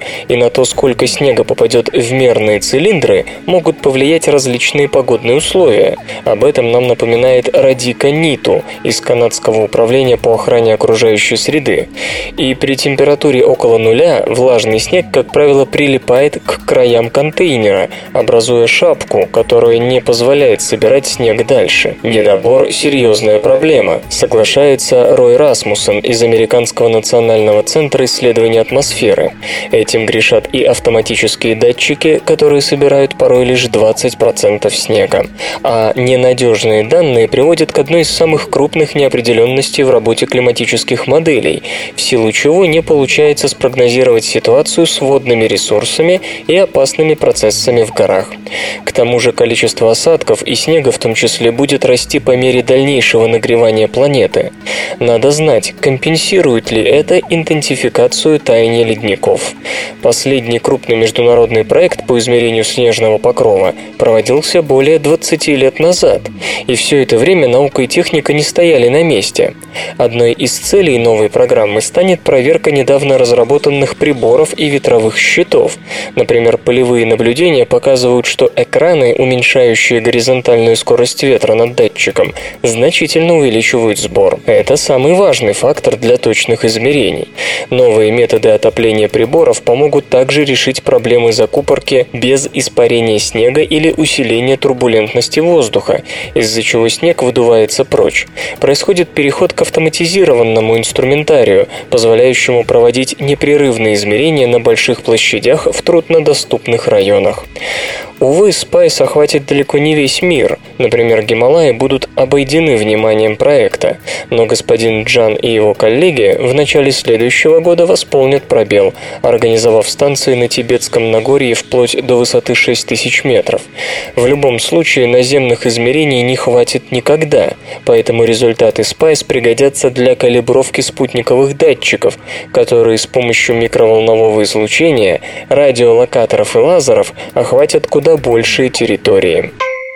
и на то, сколько снега попадет в мерные цилиндры, могут повлиять различные погодные условия. Об этом нам напоминает Радика Ниту из Канадского управления по охране окружающей среды. И при температуре около нуля влажный снег, как правило, прилипает к краям контейнера, образуя шапку, которая не позволяет собирать снег дальше. Недобор – серьезная проблема, соглашается Рой Расмуссен из Американского национального центра исследования атмосферы. Этим грешат и автоматические датчики, которые собирают порой лишь двадцать процентов снега. А ненадежные данные приводят к одной из самых крупных неопределенностей в работе климатических моделей, в силу чего не получается спрогнозировать ситуацию с водными ресурсами и опасными процессами в горах. К тому же количество осадков и снега в том числе будет расти по мере дальнейшего нагревания планеты. Надо знать, компенсирует ли это интенсификацию таяния ледников. Последний крупный международный проект по измерению снежного покрова проводился более двадцати лет назад, и все это время наука и техника не стояли на месте. Одной из целей новой программы станет проверка недавно разработанных приборов и ветровых щитов. Например, полевые наблюдения показывают, что экраны, уменьшающие горизонтальную скорость ветра над датчиком, значительно увеличивают сбор. Это самый важный фактор для точных измерений. Новые методы отопления приборов помогут также решить проблемы закупорки без испарения снега или усиления турбулентности воздуха, из-за чего снег выдувается прочь. Происходит переход к автоматизированному инструментарию, позволяющему проводить непрерывные измерения на больших площадях в труднодоступных районах. Увы, спайс охватит далеко не весь мир. Например, Гималаи будут обойдены вниманием проекта, но господин Джан и его коллеги в начале следующего года восполнят пробел, организовав станции на Тибетском Нагорье вплоть до высоты шесть тысяч метров. В любом случае, наземных измерений не хватит никогда, поэтому результаты спайс пригодятся для калибровки спутниковых датчиков, которые с помощью микроволнового излучения, радиолокаторов и лазеров охватят куда большие территории.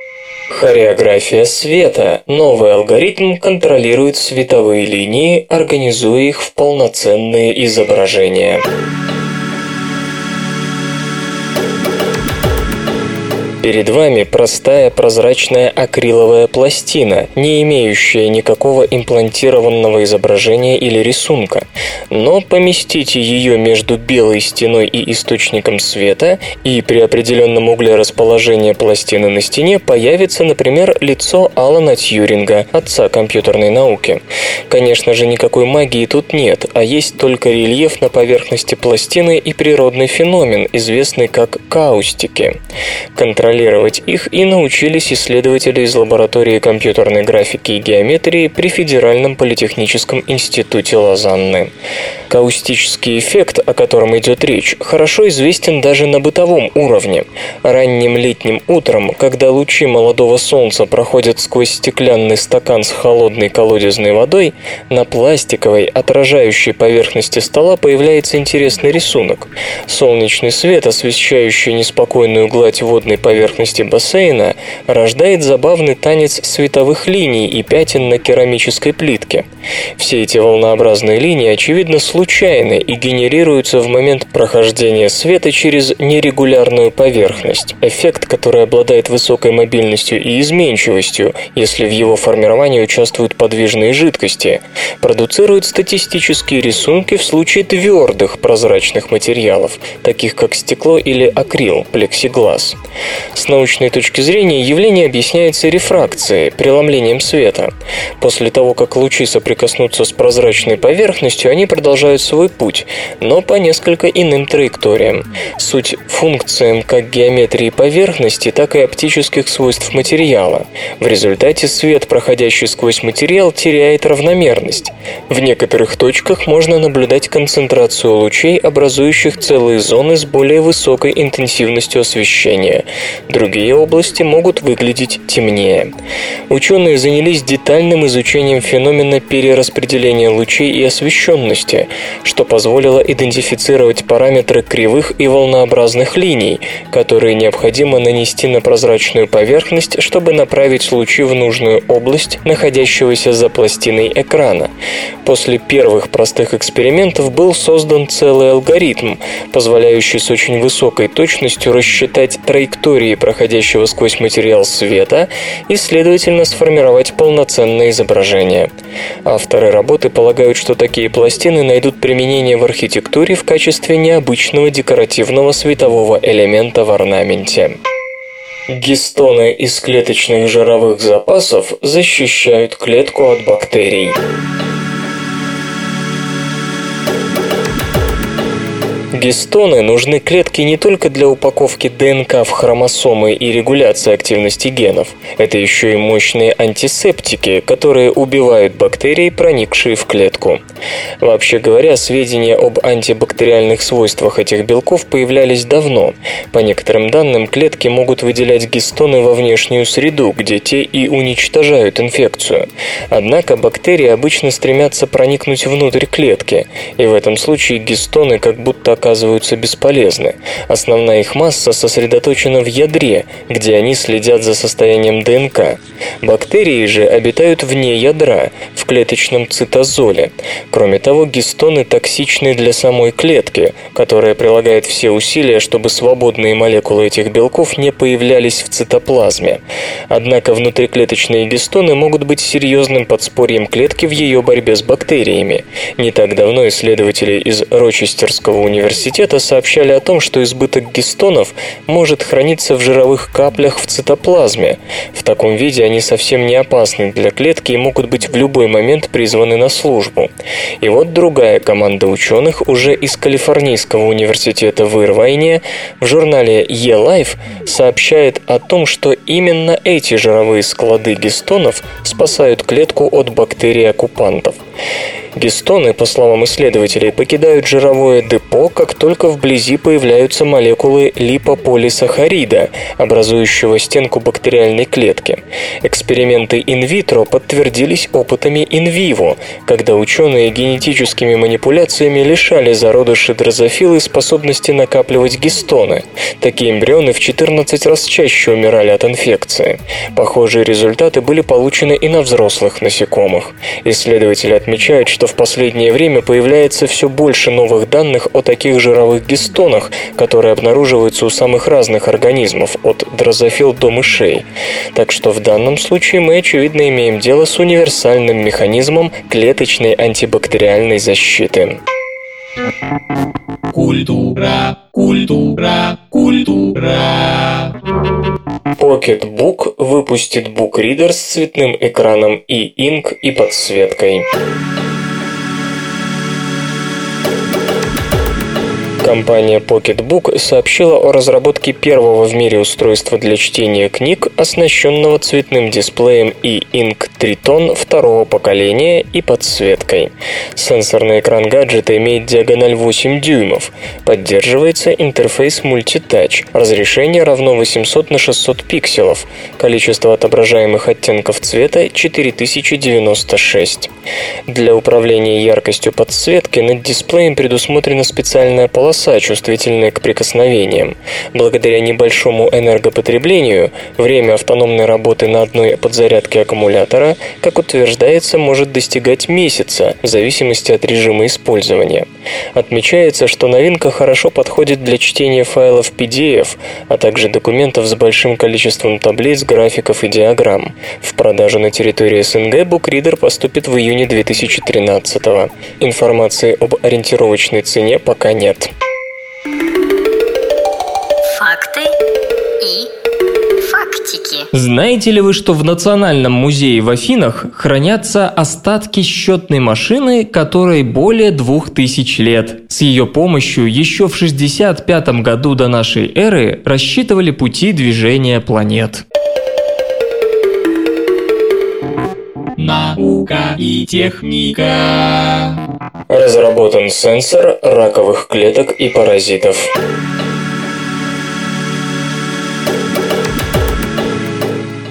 Хореография света. Новый алгоритм контролирует световые линии, организуя их в полноценные изображения. Перед вами простая прозрачная акриловая пластина, не имеющая никакого имплантированного изображения или рисунка. Но поместите ее между белой стеной и источником света, и при определенном угле расположения пластины на стене появится, например, лицо Алана Тьюринга, отца компьютерной науки. Конечно же, никакой магии тут нет, а есть только рельеф на поверхности пластины и природный феномен, известный как каустики. Контролировать их и научились исследователи из лаборатории компьютерной графики и геометрии при Федеральном политехническом институте Лозанны. Каустический эффект, о котором идет речь, хорошо известен даже на бытовом уровне. Ранним летним утром, когда лучи молодого солнца проходят сквозь стеклянный стакан с холодной колодезной водой, на пластиковой, отражающей поверхности стола появляется интересный рисунок. Солнечный свет, освещающий неспокойную гладь водной поверхности бассейна, рождает забавный танец световых линий и пятен на керамической плитке. Все эти волнообразные линии, очевидно, случайны и генерируются в момент прохождения света через нерегулярную поверхность. Эффект, который обладает высокой мобильностью и изменчивостью, если в его формировании участвуют подвижные жидкости, продуцирует статистические рисунки в случае твердых прозрачных материалов, таких как стекло или акрил, плексиглаз. С научной точки зрения явление объясняется рефракцией, преломлением света. После того, как лучи соприкоснутся с прозрачной поверхностью, они продолжают свой путь, но по несколько иным траекториям. Суть функциям как геометрии поверхности, так и оптических свойств материала. В результате свет, проходящий сквозь материал, теряет равномерность. В некоторых точках можно наблюдать концентрацию лучей, образующих целые зоны с более высокой интенсивностью освещения. Другие области могут выглядеть темнее. Ученые занялись детальным изучением феномена перераспределения лучей и освещенности, что позволило идентифицировать параметры кривых и волнообразных линий, которые необходимо нанести на прозрачную поверхность, чтобы направить лучи в нужную область, находящегося за пластиной экрана. После первых простых экспериментов был создан целый алгоритм, позволяющий с очень высокой точностью рассчитать траектории проходящего сквозь материал света и, следовательно, сформировать полноценное изображение. Авторы работы полагают, что такие пластины найдут применение в архитектуре в качестве необычного декоративного светового элемента в орнаменте. Гистоны из клеточных жировых запасов защищают клетку от бактерий. Гистоны нужны клетке не только для упаковки ДНК в хромосомы и регуляции активности генов. Это еще и мощные антисептики, которые убивают бактерии, проникшие в клетку. Вообще говоря, сведения об антибактериальных свойствах этих белков появлялись давно. По некоторым данным, клетки могут выделять гистоны во внешнюю среду, где те и уничтожают инфекцию. Однако бактерии обычно стремятся проникнуть внутрь клетки, и в этом случае гистоны как будто оказываются бесполезны. Основная их масса сосредоточена в ядре, где они следят за состоянием ДНК. Бактерии же обитают вне ядра, в клеточном цитозоле. Кроме того, гистоны токсичны для самой клетки, которая прилагает все усилия, чтобы свободные молекулы этих белков не появлялись в цитоплазме. Однако внутриклеточные гистоны могут быть серьезным подспорьем клетки в ее борьбе с бактериями. Не так давно исследователи из Рочестерского университета сообщали о том, что избыток гистонов может храниться в жировых каплях в цитоплазме. В таком виде они совсем не опасны для клетки и могут быть в любой момент призваны на службу. И вот другая команда ученых уже из Калифорнийского университета в Ирвайне в журнале eLife сообщает о том, что именно эти жировые склады гистонов спасают клетку от бактерий-оккупантов. Гистоны, по словам исследователей, покидают жировое депо, как только вблизи появляются молекулы липополисахарида, образующего стенку бактериальной клетки. Эксперименты инвитро подтвердились опытами инвиво, когда ученые генетическими манипуляциями лишали зародыши дрозофилы способности накапливать гистоны. Такие эмбрионы в четырнадцать раз чаще умирали от инфекции. Похожие результаты были получены и на взрослых насекомых. Исследователи отмечают, что в последнее время появляется все больше новых данных о таких жировых гистонах, которые обнаруживаются у самых разных организмов, от дрозофил до мышей. Так что в данном случае мы, очевидно, имеем дело с универсальным механизмом клеточной антибактериальной защиты.
Культура, культура, культура.
Pocketbook выпустит букридер с цветным экраном e-ink и подсветкой. Компания Pocketbook сообщила о разработке первого в мире устройства для чтения книг, оснащенного цветным дисплеем e-ink Triton второго поколения и подсветкой. Сенсорный экран гаджета имеет диагональ восемь дюймов. Поддерживается интерфейс Multitouch. Разрешение равно восемьсот на шестьсот пикселов. Количество отображаемых оттенков цвета четыре тысячи девяносто шесть. Для управления яркостью подсветки над дисплеем предусмотрена специальная полоса, чувствительная к прикосновениям. Благодаря небольшому энергопотреблению, время автономной работы на одной подзарядке аккумулятора, как утверждается, может достигать месяца, в зависимости от режима использования. Отмечается, что новинка хорошо подходит для чтения файлов пи ди эф, а также документов с большим количеством таблиц, графиков и диаграмм. В продажу на территории СНГ букридер поступит в июне две тысячи тринадцатого. Информации об ориентировочной цене пока нет.
Факты и фактики.
Знаете ли вы, что в Национальном музее в Афинах хранятся остатки счетной машины, которой более двух тысяч лет? С ее помощью еще в шестьдесят пятом году до нашей эры рассчитывали пути движения планет.
Наука и техника.
Разработан сенсор раковых клеток и паразитов.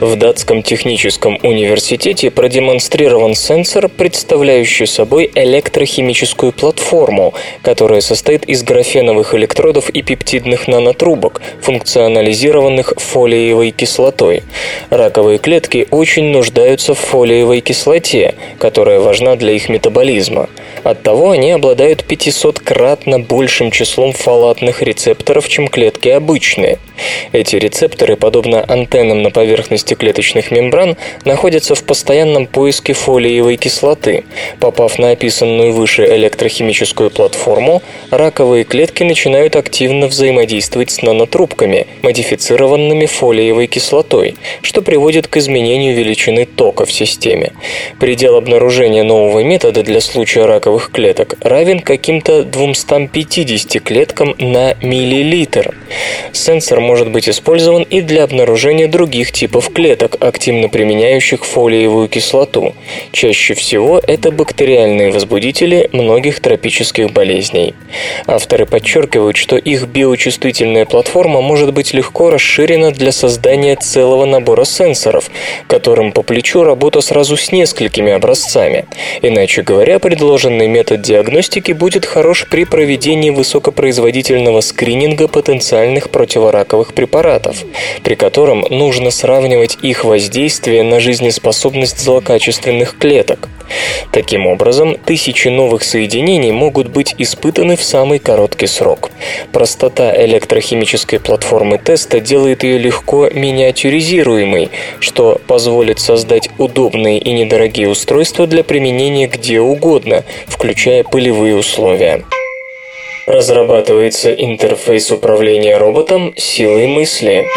В Датском техническом университете продемонстрирован сенсор, представляющий собой электрохимическую платформу, которая состоит из графеновых электродов и пептидных нанотрубок, функционализированных фолиевой кислотой. Раковые клетки очень нуждаются в фолиевой кислоте, которая важна для их метаболизма. Оттого они обладают пятисоткратно большим числом фолатных рецепторов, чем клетки обычные. Эти рецепторы, подобно антеннам на поверхности клеточных мембран, находятся в постоянном поиске фолиевой кислоты. Попав на описанную выше электрохимическую платформу, раковые клетки начинают активно взаимодействовать с нанотрубками, модифицированными фолиевой кислотой, что приводит к изменению величины тока в системе. Предел обнаружения нового метода для случая раковых клеток равен каким-то двумстам пятидесяти клеткам на миллилитр. Сенсор может быть использован и для обнаружения других типов клеток, активно применяющих фолиевую кислоту. Чаще всего это бактериальные возбудители многих тропических болезней. Авторы подчеркивают, что их биочувствительная платформа может быть легко расширена для создания целого набора сенсоров, которым по плечу работа сразу с несколькими образцами. Иначе говоря, предложенный метод диагностики будет хорош при проведении высокопроизводительного скрининга потенциальных противораковых препаратов, при котором нужно сравнивать их воздействие на жизнеспособность злокачественных клеток. Таким образом, тысячи новых соединений могут быть испытаны в самый короткий срок. Простота электрохимической платформы теста делает ее легко миниатюризируемой, что позволит создать удобные и недорогие устройства для применения где угодно, включая полевые условия. Разрабатывается интерфейс управления роботом силой мысли.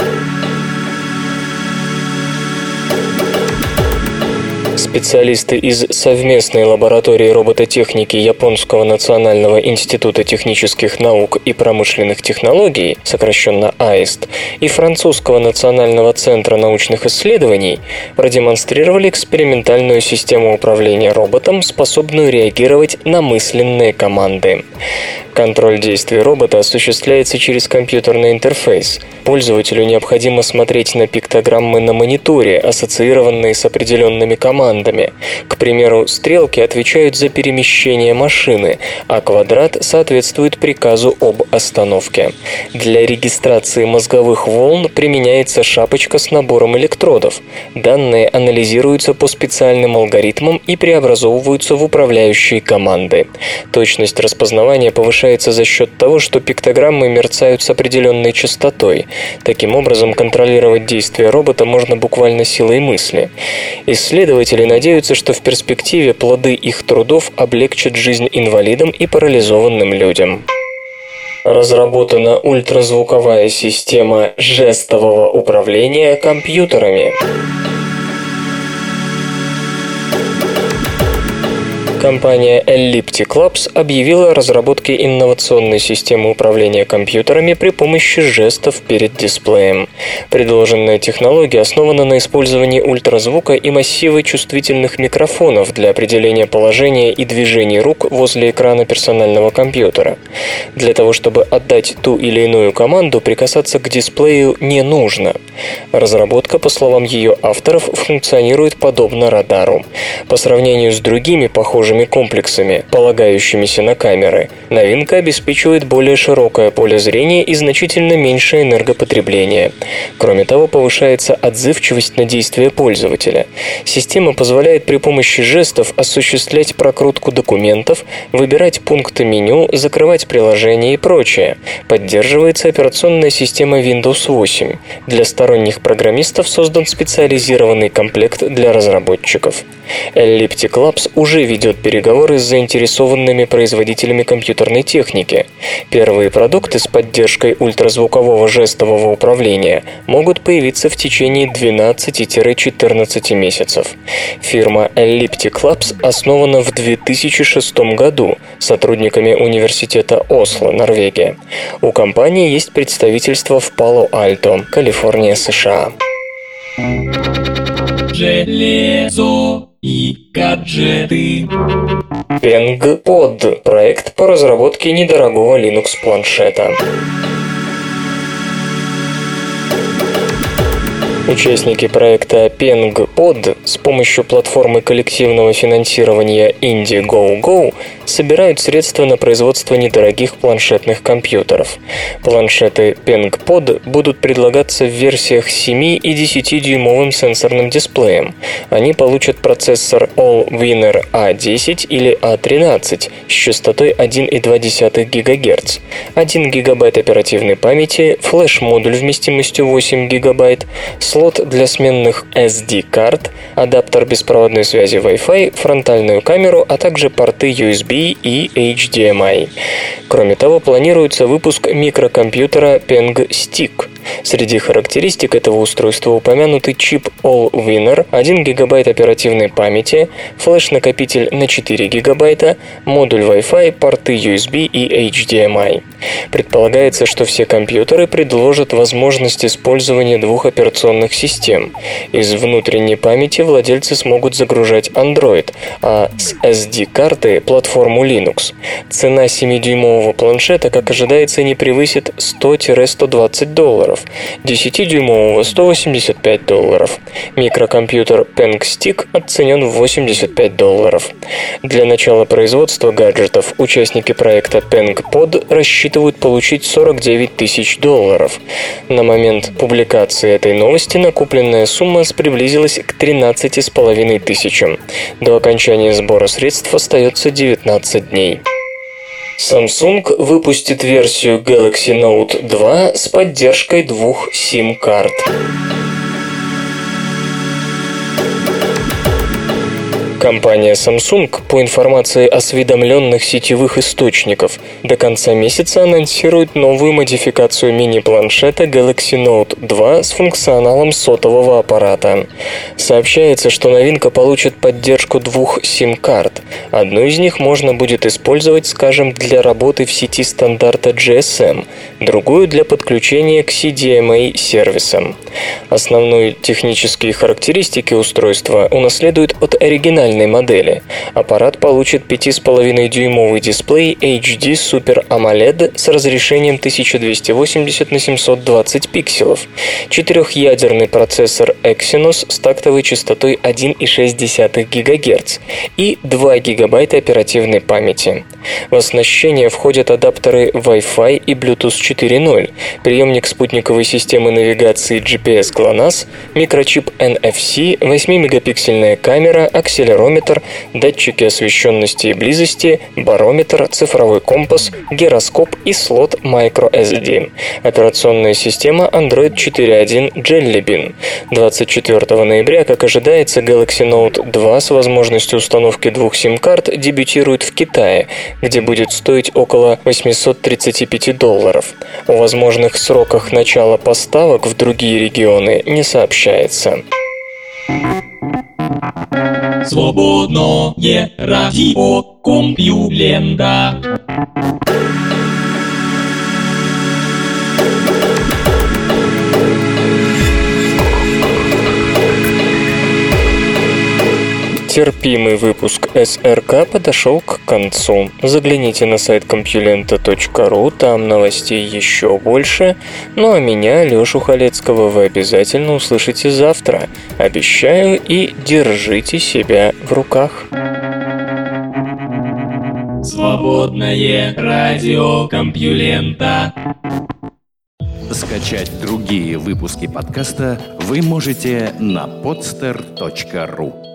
Специалисты из совместной лаборатории робототехники Японского национального института технических наук и промышленных технологий, сокращенно АИСТ, и Французского национального центра научных исследований продемонстрировали экспериментальную систему управления роботом, способную реагировать на мысленные команды. Контроль действий робота осуществляется через компьютерный интерфейс. Пользователю необходимо смотреть на пиктограммы на мониторе, ассоциированные с определенными командами. К примеру, стрелки отвечают за перемещение машины, а квадрат соответствует приказу об остановке. Для регистрации мозговых волн применяется шапочка с набором электродов. Данные анализируются по специальным алгоритмам и преобразовываются в управляющие команды. Точность распознавания повышается за счет того, что пиктограммы мерцают с определенной частотой. Таким образом, контролировать действия робота можно буквально силой мысли. Исследователи надеются, что в перспективе плоды их трудов облегчат жизнь инвалидам и парализованным людям. Разработана ультразвуковая система жестового управления компьютерами. Компания Elliptic Labs объявила о разработке инновационной системы управления компьютерами при помощи жестов перед дисплеем. Предложенная технология основана на использовании ультразвука и массива чувствительных микрофонов для определения положения и движений рук возле экрана персонального компьютера. Для того, чтобы отдать ту или иную команду, прикасаться к дисплею не нужно. Разработка, по словам ее авторов, функционирует подобно радару. По сравнению с другими похожими комплексами, полагающимися на камеры, новинка обеспечивает более широкое поле зрения и значительно меньшее энергопотребление. Кроме того, повышается отзывчивость на действия пользователя. Система позволяет при помощи жестов осуществлять прокрутку документов, выбирать пункты меню, закрывать приложения и прочее. Поддерживается операционная система Windows восемь. Для сторонних программистов создан специализированный комплект для разработчиков. Elliptic Labs уже ведет переговоры с заинтересованными производителями компьютерной техники. Первые продукты с поддержкой ультразвукового жестового управления могут появиться в течение двенадцати-четырнадцати месяцев. Фирма Elliptic Labs основана в две тысячи шестом году сотрудниками Университета Осло, Норвегия. У компании есть представительство в Пало-Альто, Калифорния, США.
Железо и гаджеты.
PengPod – проект по разработке недорогого Linux-планшета. Участники проекта PengPod с помощью платформы коллективного финансирования Indiegogo собирают средства на производство недорогих планшетных компьютеров. Планшеты PengPod будут предлагаться в версиях с семь- и десятидюймовым сенсорным дисплеем. Они получат процессор Allwinner а десять или а тринадцать с частотой один и два десятых гигагерца, один гигабайт оперативной памяти, флеш-модуль вместимостью восемь гигабайт, слот для сменных эс ди-карт, адаптер беспроводной связи Wi-Fi, фронтальную камеру, а также порты ю эс би и эйч ди эм ай. Кроме того, планируется выпуск микрокомпьютера PengStick. Среди характеристик этого устройства упомянуты чип Allwinner, один гигабайт оперативной памяти, флеш-накопитель на четыре гигабайта, модуль Wi-Fi, порты ю эс би и эйч ди эм ай. Предполагается, что все компьютеры предложат возможность использования двух операционных систем. Из внутренней памяти владельцы смогут загружать Android, а с эс ди-карты – платформу Linux. Цена семидюймового планшета, как ожидается, не превысит сто - сто двадцать долларов, десятидюймового – сто восемьдесят пять долларов. Микрокомпьютер PengStick оценен в восемьдесят пять долларов. Для начала производства гаджетов участники проекта PengPod рассчитывают получить сорок девять тысяч долларов. На момент публикации этой новости накопленная сумма приблизилась к тринадцати с половиной тысячам. До окончания сбора средств остается девятнадцать дней. Samsung выпустит версию Galaxy Note два с поддержкой двух сим-карт. Компания Samsung, по информации осведомленных сетевых источников, до конца месяца анонсирует новую модификацию мини-планшета Galaxy Note два с функционалом сотового аппарата. Сообщается, что новинка получит поддержку двух сим-карт. Одну из них можно будет использовать, скажем, для работы в сети стандарта джи эс эм, другую для подключения к си ди эм эй-сервисам. Основные технические характеристики устройства унаследуют от оригинальной модели. Аппарат получит пять с половиной дюймовый дисплей эйч ди Super AMOLED с разрешением тысяча двести восемьдесят на семьсот двадцать пикселов, четырехъядерный процессор Exynos с тактовой частотой один и шесть десятых гигагерца и два гигабайта оперативной памяти. В оснащение входят адаптеры Wi-Fi и Bluetooth четыре ноль, приемник спутниковой системы навигации джи пи эс GLONASS, микрочип эн эф си, восьмимегапиксельная камера, акселерометр, датчики освещенности и близости, барометр, цифровой компас, гироскоп и слот microSD. Операционная система Android четыре точка один Jelly Bean. двадцать четвёртого ноября, как ожидается, Galaxy Note два с возможностью установки двух сим-карт дебютирует в Китае, где будет стоить около восемьсот тридцать пять долларов. О возможных сроках начала поставок в другие регионы не сообщается.
Свободное радио Компьюлента.
Терпимый выпуск эс эр ка подошел к концу. Загляните на сайт компьюлента точка ру, там новостей еще больше. Ну а меня, Лешу Халецкого, вы обязательно услышите завтра. Обещаю, и держите себя в руках.
Свободное радио Компьюлента.
Скачать другие выпуски подкаста вы можете на подстер точка ру.